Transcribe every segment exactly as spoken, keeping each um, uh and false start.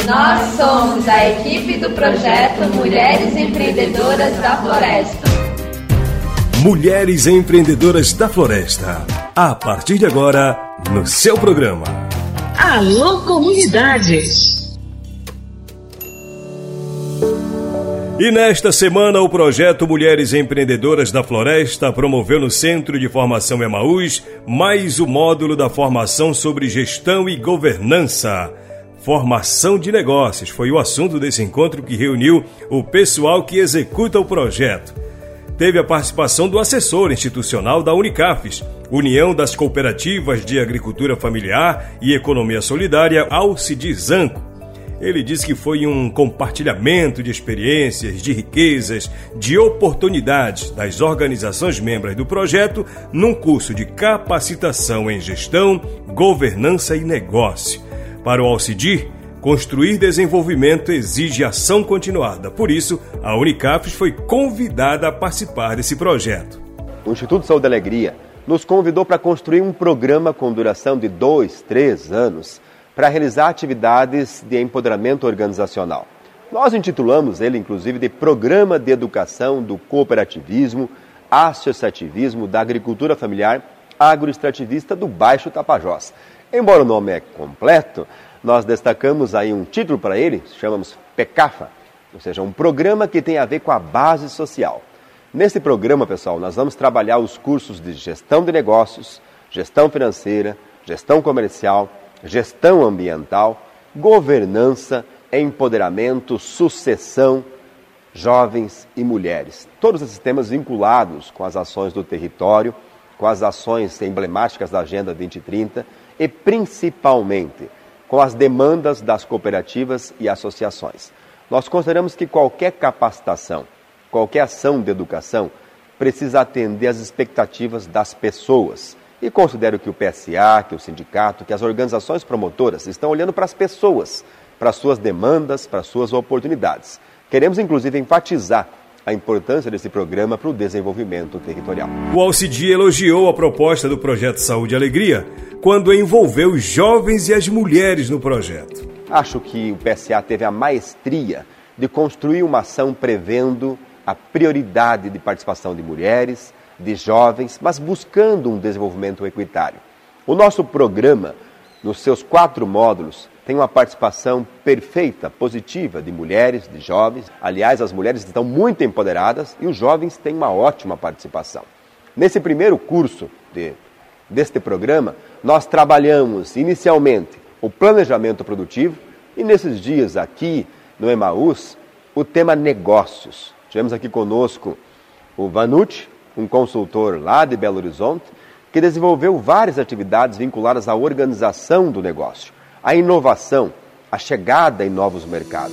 Nós somos a equipe do projeto Mulheres Empreendedoras da Floresta. Mulheres Empreendedoras da Floresta. A partir de agora, no seu programa. Alô, comunidade! E nesta semana, o projeto Mulheres Empreendedoras da Floresta promoveu no Centro de Formação Emaús mais o módulo da formação sobre gestão e governança. Formação de negócios foi o assunto desse encontro que reuniu o pessoal que executa o projeto. Teve a participação do assessor institucional da Unicafes, União das Cooperativas de Agricultura Familiar e Economia Solidária, Alcide Zanco. Ele disse que foi um compartilhamento de experiências, de riquezas, de oportunidades das organizações membros do projeto num curso de capacitação em gestão, governança e negócio. Para o Alcide, construir desenvolvimento exige ação continuada. Por isso, a Unicafes foi convidada a participar desse projeto. O Instituto Saúde e Alegria nos convidou para construir um programa com duração de dois, três anos para realizar atividades de empoderamento organizacional. Nós intitulamos ele, inclusive, de Programa de Educação do Cooperativismo, Associativismo da Agricultura Familiar Agroextrativista do Baixo Tapajós. Embora o nome é completo, nós destacamos aí um título para ele, chamamos PECAFA, ou seja, um programa que tem a ver com a base social. Nesse programa, pessoal, nós vamos trabalhar os cursos de gestão de negócios, gestão financeira, gestão comercial, gestão ambiental, governança, empoderamento, sucessão, jovens e mulheres. Todos esses temas vinculados com as ações do território, com as ações emblemáticas da Agenda vinte trinta e principalmente com as demandas das cooperativas e associações. Nós consideramos que qualquer capacitação, qualquer ação de educação precisa atender às expectativas das pessoas. E considero que o P S A, que o sindicato, que as organizações promotoras estão olhando para as pessoas, para as suas demandas, para as suas oportunidades. Queremos, inclusive, enfatizar a importância desse programa para o desenvolvimento territorial. O Alcide elogiou a proposta do Projeto Saúde e Alegria quando envolveu os jovens e as mulheres no projeto. Acho que o P S A teve a maestria de construir uma ação prevendo a prioridade de participação de mulheres, de jovens, mas buscando um desenvolvimento equitário. O nosso programa, nos seus quatro módulos, tem uma participação perfeita, positiva de mulheres, de jovens. Aliás, as mulheres estão muito empoderadas e os jovens têm uma ótima participação. Nesse primeiro curso de, deste programa, nós trabalhamos inicialmente o planejamento produtivo e nesses dias aqui no Emaús, o tema negócios. Tivemos aqui conosco o Vanucci, um consultor lá de Belo Horizonte, que desenvolveu várias atividades vinculadas à organização do negócio, à inovação, à chegada em novos mercados.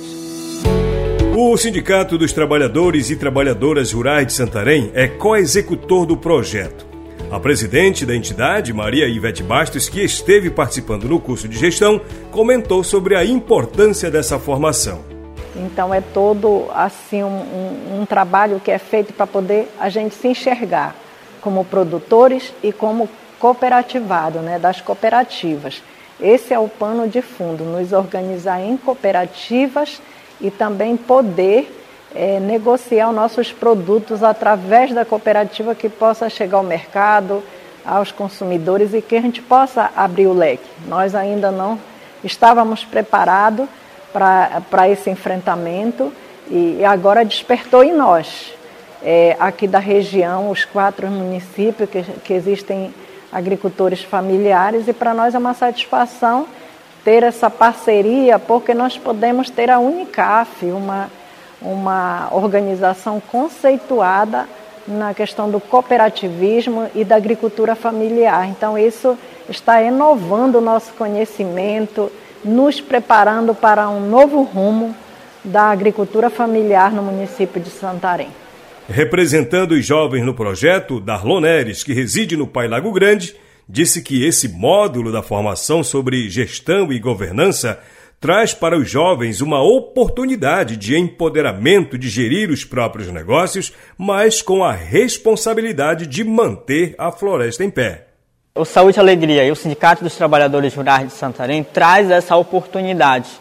O Sindicato dos Trabalhadores e Trabalhadoras Rurais de Santarém é co-executor do projeto. A presidente da entidade, Maria Ivete Bastos, que esteve participando no curso de gestão, comentou sobre a importância dessa formação. Então é todo assim um, um, um trabalho que é feito para poder a gente se enxergar como produtores e como cooperativado, né, das cooperativas. Esse é o pano de fundo, nos organizar em cooperativas e também poder é, negociar os nossos produtos através da cooperativa que possa chegar ao mercado, aos consumidores e que a gente possa abrir o leque. Nós ainda não estávamos preparados para esse enfrentamento e agora despertou em nós, é, aqui da região, os quatro municípios que, que existem agricultores familiares, e para nós é uma satisfação ter essa parceria, porque nós podemos ter a Unicaf, uma, uma organização conceituada na questão do cooperativismo e da agricultura familiar. Então isso está inovando o nosso conhecimento, nos preparando para um novo rumo da agricultura familiar no município de Santarém. Representando os jovens no projeto, Darlon Neres, que reside no Pai Lago Grande, disse que esse módulo da formação sobre gestão e governança traz para os jovens uma oportunidade de empoderamento de gerir os próprios negócios, mas com a responsabilidade de manter a floresta em pé. O Saúde e Alegria e o Sindicato dos Trabalhadores Rurais de Santarém traz essa oportunidade.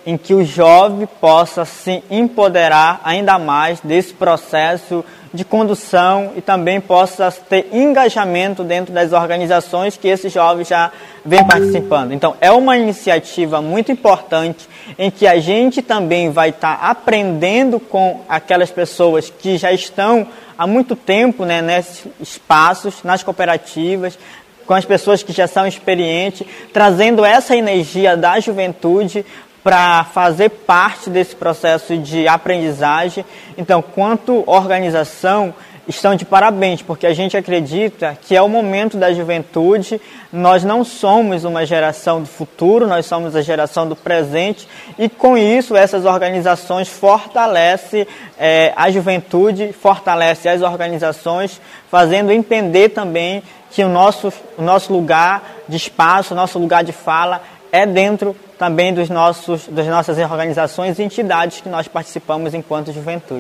em que o jovem possa se empoderar ainda mais desse processo de condução e também possa ter engajamento dentro das organizações que esses jovens já vêm participando. Então, é uma iniciativa muito importante em que a gente também vai estar aprendendo com aquelas pessoas que já estão há muito tempo, né, nesses espaços, nas cooperativas, com as pessoas que já são experientes, trazendo essa energia da juventude para fazer parte desse processo de aprendizagem. Então, quanto organização, estão de parabéns, porque a gente acredita que é o momento da juventude. Nós não somos uma geração do futuro, nós somos a geração do presente, e com isso essas organizações fortalecem é, a juventude, fortalecem as organizações, fazendo entender também que o nosso, o nosso lugar de espaço, o nosso lugar de fala é dentro também dos nossos, das nossas organizações e entidades que nós participamos enquanto juventude.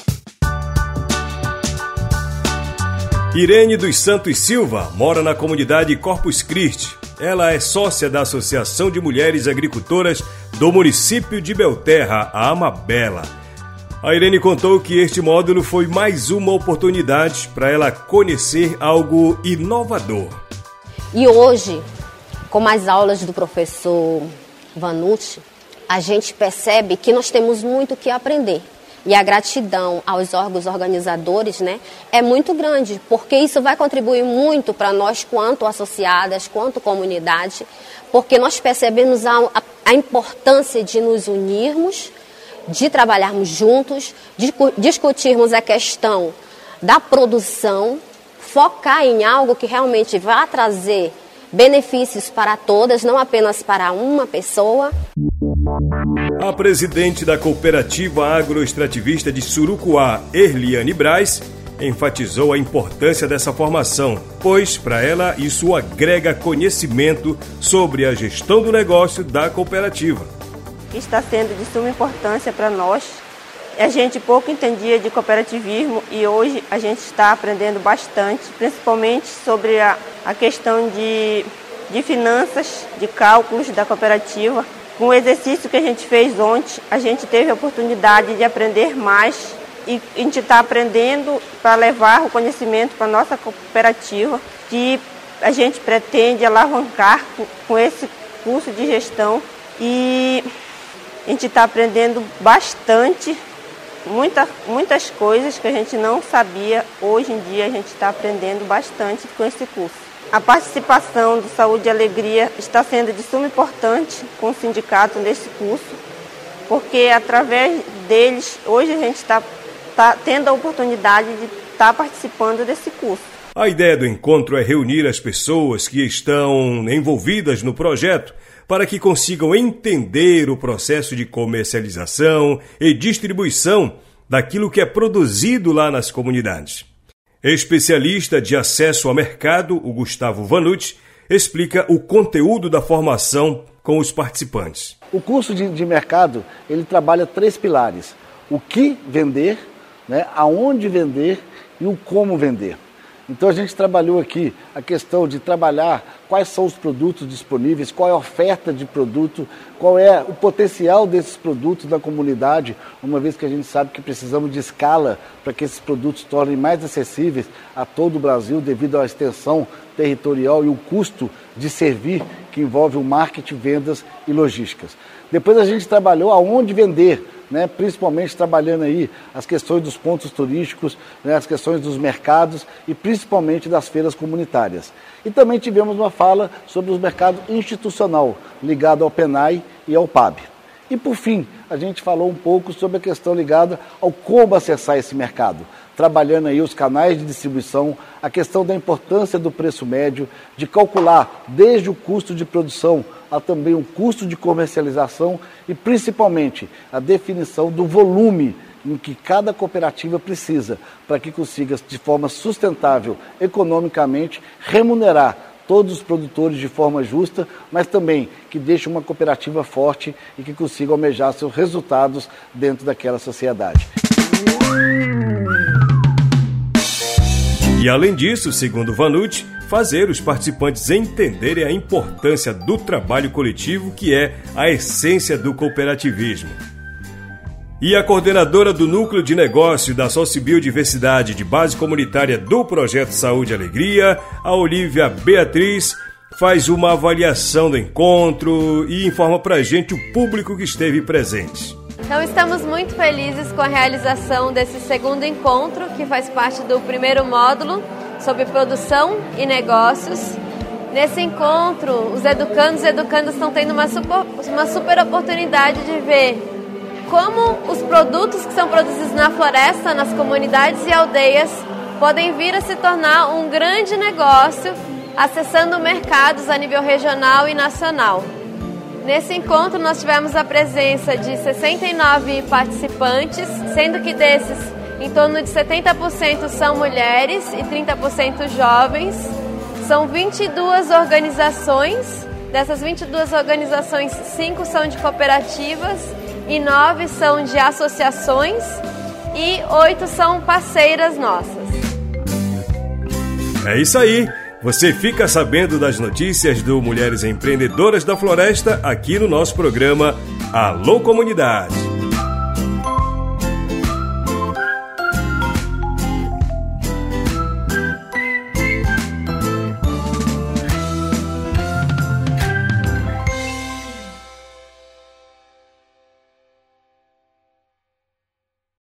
Irene dos Santos Silva mora na comunidade Corpus Christi. Ela é sócia da Associação de Mulheres Agricultoras do município de Belterra, a Amabela. A Irene contou que este módulo foi mais uma oportunidade para ela conhecer algo inovador. E hoje, com as aulas do professor Vanucci, a gente percebe que nós temos muito o que aprender. E a gratidão aos órgãos organizadores, né, é muito grande, porque isso vai contribuir muito para nós, quanto associadas, quanto comunidade, porque nós percebemos a, a, a importância de nos unirmos, de trabalharmos juntos, de discutirmos a questão da produção, focar em algo que realmente vai trazer benefícios para todas, não apenas para uma pessoa. A presidente da Cooperativa Agroextrativista de Surucuá, Erliane Braz, enfatizou a importância dessa formação, pois, para ela, isso agrega conhecimento sobre a gestão do negócio da cooperativa. Está sendo de suma importância para nós. A gente pouco entendia de cooperativismo e hoje a gente está aprendendo bastante, principalmente sobre a, a questão de, de finanças, de cálculos da cooperativa. Com o exercício que a gente fez ontem, a gente teve a oportunidade de aprender mais e a gente está aprendendo para levar o conhecimento para a nossa cooperativa, que a gente pretende alavancar com esse curso de gestão. E a gente está aprendendo bastante, muita, muitas coisas que a gente não sabia. Hoje em dia a gente está aprendendo bastante com esse curso. A participação do Saúde e Alegria está sendo de suma importância com o sindicato nesse curso, porque através deles, hoje a gente está tá tendo a oportunidade de estar tá participando desse curso. A ideia do encontro é reunir as pessoas que estão envolvidas no projeto para que consigam entender o processo de comercialização e distribuição daquilo que é produzido lá nas comunidades. Especialista de acesso ao mercado, o Gustavo Vanucci, explica o conteúdo da formação com os participantes. O curso de, de mercado, ele trabalha três pilares: o que vender, né, aonde vender e o como vender. Então a gente trabalhou aqui a questão de trabalhar quais são os produtos disponíveis, qual é a oferta de produto, qual é o potencial desses produtos na comunidade, uma vez que a gente sabe que precisamos de escala para que esses produtos se tornem mais acessíveis a todo o Brasil devido à extensão territorial e o custo de servir que envolve o marketing, vendas e logísticas. Depois a gente trabalhou aonde vender, né, principalmente trabalhando aí as questões dos pontos turísticos, né, as questões dos mercados e principalmente das feiras comunitárias. E também tivemos uma fala sobre o mercado institucional, ligado ao PENAI e ao P A B. E por fim, a gente falou um pouco sobre a questão ligada ao como acessar esse mercado, trabalhando aí os canais de distribuição, a questão da importância do preço médio, de calcular desde o custo de produção a também o custo de comercialização e principalmente a definição do volume em que cada cooperativa precisa para que consiga de forma sustentável, economicamente, remunerar todos os produtores de forma justa, mas também que deixe uma cooperativa forte e que consiga almejar seus resultados dentro daquela sociedade. E além disso, segundo Vanucci, fazer os participantes entenderem a importância do trabalho coletivo, que é a essência do cooperativismo. E a coordenadora do Núcleo de Negócio da Sociobiodiversidade de Base Comunitária do Projeto Saúde e Alegria, a Olívia Beatriz, faz uma avaliação do encontro e informa pra gente o público que esteve presente. Então estamos muito felizes com a realização desse segundo encontro, que faz parte do primeiro módulo sobre produção e negócios. Nesse encontro, os educandos e educandas estão tendo uma super, uma super oportunidade de ver como os produtos que são produzidos na floresta, nas comunidades e aldeias, podem vir a se tornar um grande negócio, acessando mercados a nível regional e nacional. Nesse encontro, nós tivemos a presença de sessenta e nove participantes, sendo que desses, em torno de setenta por cento são mulheres e trinta por cento jovens. São vinte e duas organizações, dessas vinte e duas organizações, cinco são de cooperativas e nove são de associações e oito são parceiras nossas. É isso aí! Você fica sabendo das notícias do Mulheres Empreendedoras da Floresta aqui no nosso programa Alô Comunidade.